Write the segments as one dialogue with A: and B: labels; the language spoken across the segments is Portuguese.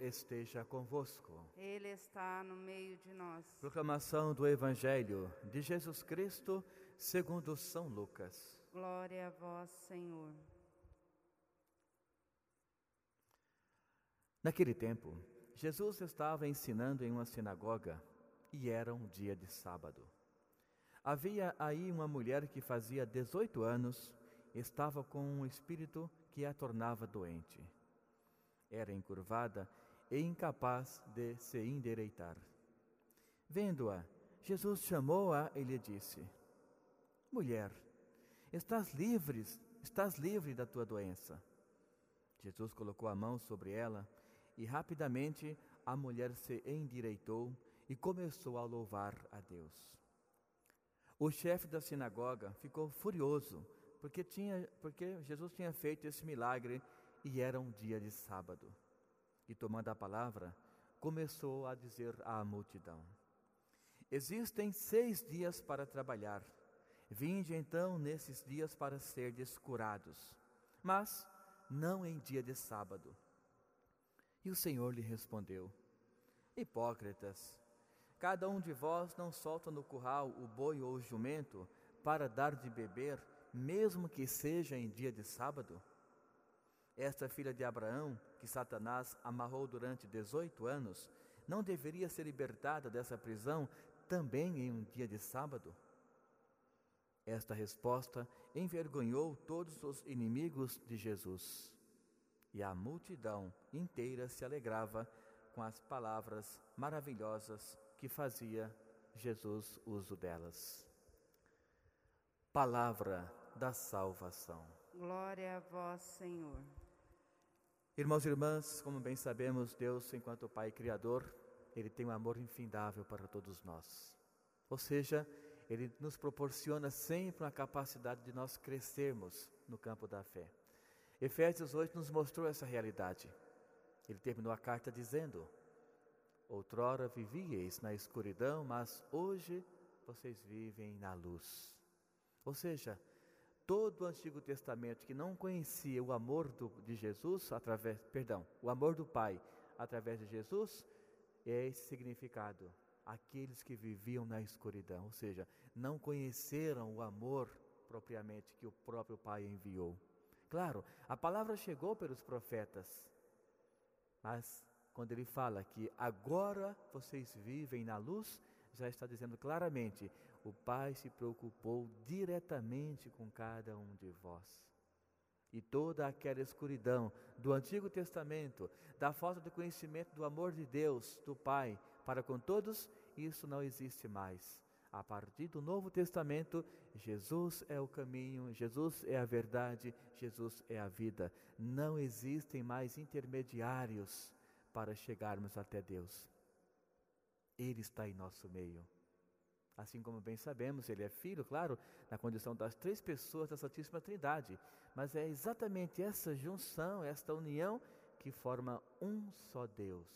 A: esteja convosco.
B: Ele está no meio de nós.
A: Proclamação do Evangelho de Jesus Cristo segundo São Lucas.
B: Glória a vós, Senhor.
A: Naquele tempo, Jesus estava ensinando em uma sinagoga e era um dia de sábado. Havia aí uma mulher que fazia 18 anos, estava com um espírito que a tornava doente. Era encurvada e incapaz de se endireitar. Vendo-a, Jesus chamou-a e lhe disse: Mulher, estás livre da tua doença. Jesus colocou a mão sobre ela e rapidamente a mulher se endireitou e começou a louvar a Deus. O chefe da sinagoga ficou furioso porque Jesus tinha feito esse milagre e era um dia de sábado. E tomando a palavra, começou a dizer à multidão: Existem 6 dias para trabalhar. Vinde então nesses dias para serdes curados, mas não em dia de sábado. E o Senhor lhe respondeu: Hipócritas, cada um de vós não solta no curral o boi ou o jumento para dar de beber, mesmo que seja em dia de sábado? Esta filha de Abraão, que Satanás amarrou durante 18 anos, não deveria ser libertada dessa prisão também em um dia de sábado? Esta resposta envergonhou todos os inimigos de Jesus. E a multidão inteira se alegrava com as palavras maravilhosas que fazia Jesus uso delas. Palavra da salvação.
B: Glória a vós, Senhor.
A: Irmãos e irmãs, como bem sabemos, Deus, enquanto Pai Criador, Ele tem um amor infindável para todos nós. Ou seja, Ele nos proporciona sempre a capacidade de nós crescermos no campo da fé. Efésios 8 nos mostrou essa realidade. Ele terminou a carta dizendo: Outrora vivíeis na escuridão, mas hoje vocês vivem na luz. Ou seja, todo o Antigo Testamento que não conhecia o amor de Jesus, o amor do Pai através de Jesus, é esse significado. Aqueles que viviam na escuridão, ou seja, não conheceram o amor propriamente que o próprio Pai enviou. Claro, a palavra chegou pelos profetas, mas quando ele fala que agora vocês vivem na luz, já está dizendo claramente: o Pai se preocupou diretamente com cada um de vós. E toda aquela escuridão do Antigo Testamento, da falta de conhecimento do amor de Deus, do Pai, para com todos, isso não existe mais. A partir do Novo Testamento, Jesus é o caminho, Jesus é a verdade, Jesus é a vida. Não existem mais intermediários para chegarmos até Deus. Ele está em nosso meio. Assim como bem sabemos, Ele é Filho, claro, na condição das 3 pessoas da Santíssima Trindade. Mas é exatamente essa junção, esta união, que forma um só Deus.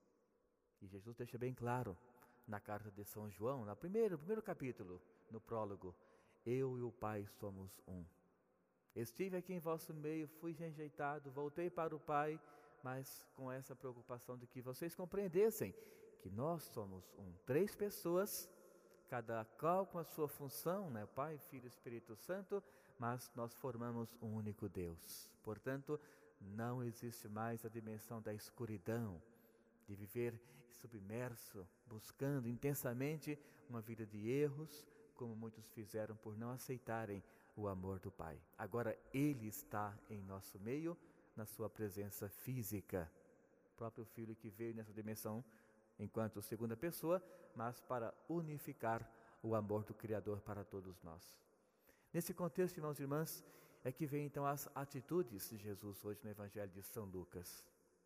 A: E Jesus deixa bem claro na carta de São João, no primeiro capítulo, no prólogo: Eu e o Pai somos um. Estive aqui em vosso meio, fui rejeitado, voltei para o Pai, mas com essa preocupação de que vocês compreendessem que nós somos um. 3 pessoas, cada qual com a sua função, né? Pai, Filho e Espírito Santo, mas nós formamos um único Deus. Portanto, não existe mais a dimensão da escuridão, de viver submerso, buscando intensamente uma vida de erros, como muitos fizeram por não aceitarem o amor do Pai. Agora Ele está em nosso meio, na sua presença física. O próprio Filho que veio nessa dimensão enquanto segunda pessoa, mas para unificar o amor do Criador para todos nós. Nesse contexto, irmãos e irmãs, é que vem então as atitudes de Jesus hoje no Evangelho de São Lucas.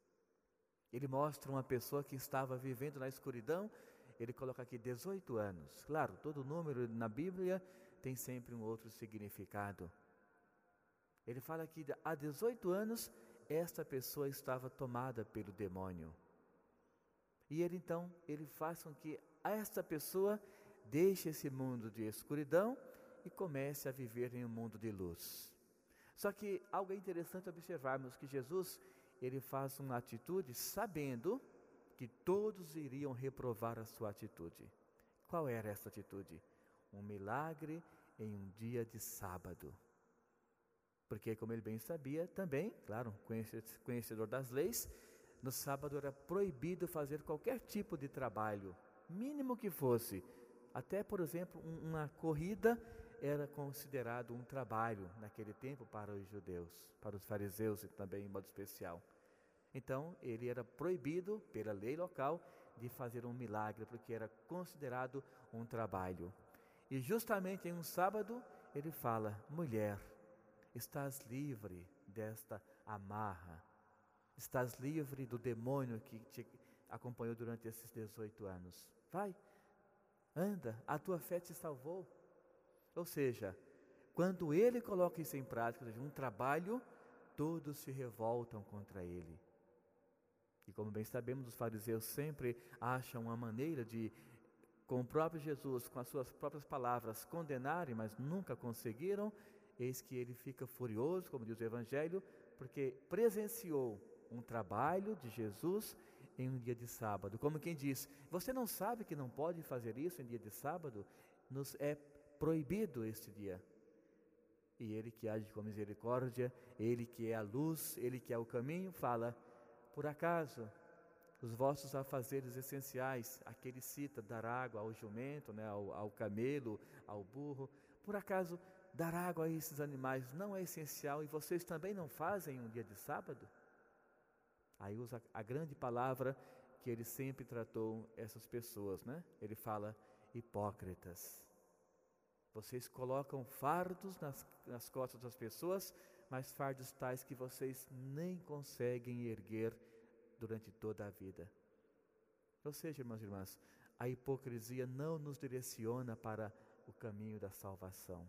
A: Ele mostra uma pessoa que estava vivendo na escuridão. Ele coloca aqui 18 anos. Claro, todo número na Bíblia tem sempre um outro significado. Ele fala que há 18 anos esta pessoa estava tomada pelo demônio. E ele faz com que esta pessoa deixe esse mundo de escuridão e comece a viver em um mundo de luz. Só que algo é interessante observarmos, que Jesus, ele faz uma atitude sabendo que todos iriam reprovar a sua atitude. Qual era essa atitude? Um milagre em um dia de sábado. Porque, como ele bem sabia, também, claro, conhecedor das leis, no sábado era proibido fazer qualquer tipo de trabalho, mínimo que fosse. Até, por exemplo, uma corrida era considerado um trabalho naquele tempo para os judeus, para os fariseus e também em modo especial. Então, ele era proibido, pela lei local, de fazer um milagre, porque era considerado um trabalho. E justamente em um sábado, ele fala: mulher, estás livre desta amarra, estás livre do demônio que te acompanhou durante esses 18 anos. Vai, anda, a tua fé te salvou. Ou seja, quando ele coloca isso em prática, um trabalho, todos se revoltam contra ele. E como bem sabemos, os fariseus sempre acham uma maneira de, com o próprio Jesus, com as suas próprias palavras, condenarem, mas nunca conseguiram. Eis que ele fica furioso, como diz o Evangelho, porque presenciou um trabalho de Jesus em um dia de sábado. Como quem diz: você não sabe que não pode fazer isso em dia de sábado? Nos é proibido este dia. E ele que age com misericórdia, ele que é a luz, ele que é o caminho, fala: por acaso os vossos afazeres essenciais, aqui ele cita dar água ao jumento, né, ao camelo, ao burro, por acaso dar água a esses animais não é essencial e vocês também não fazem um dia de sábado? Aí usa a grande palavra que ele sempre tratou essas pessoas, né? Ele fala: hipócritas. Vocês colocam fardos nas costas das pessoas, mas fardos tais que vocês nem conseguem erguer durante toda a vida. Ou seja, irmãos e irmãs, a hipocrisia não nos direciona para o caminho da salvação.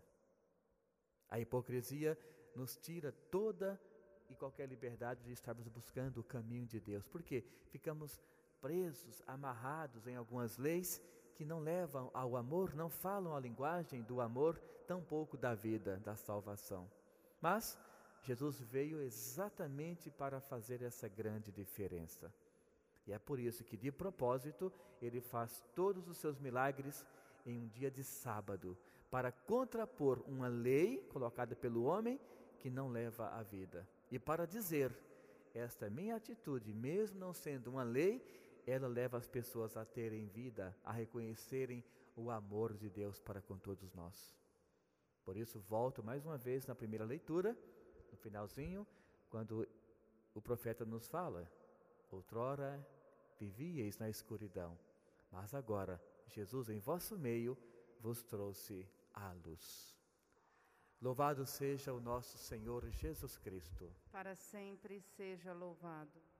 A: A hipocrisia nos tira toda e qualquer liberdade de estarmos buscando o caminho de Deus. Por quê? Ficamos presos, amarrados em algumas leis que não levam ao amor, não falam a linguagem do amor, tampouco da vida, da salvação. Mas Jesus veio exatamente para fazer essa grande diferença. E é por isso que, de propósito, ele faz todos os seus milagres em um dia de sábado, para contrapor uma lei colocada pelo homem que não leva à vida. E para dizer: esta minha atitude, mesmo não sendo uma lei, ela leva as pessoas a terem vida, a reconhecerem o amor de Deus para com todos nós. Por isso, volto mais uma vez na primeira leitura, no finalzinho, quando o profeta nos fala: outrora vivíeis na escuridão, mas agora Jesus em vosso meio vos trouxe a luz. Louvado seja o nosso Senhor Jesus Cristo.
B: Para sempre seja louvado.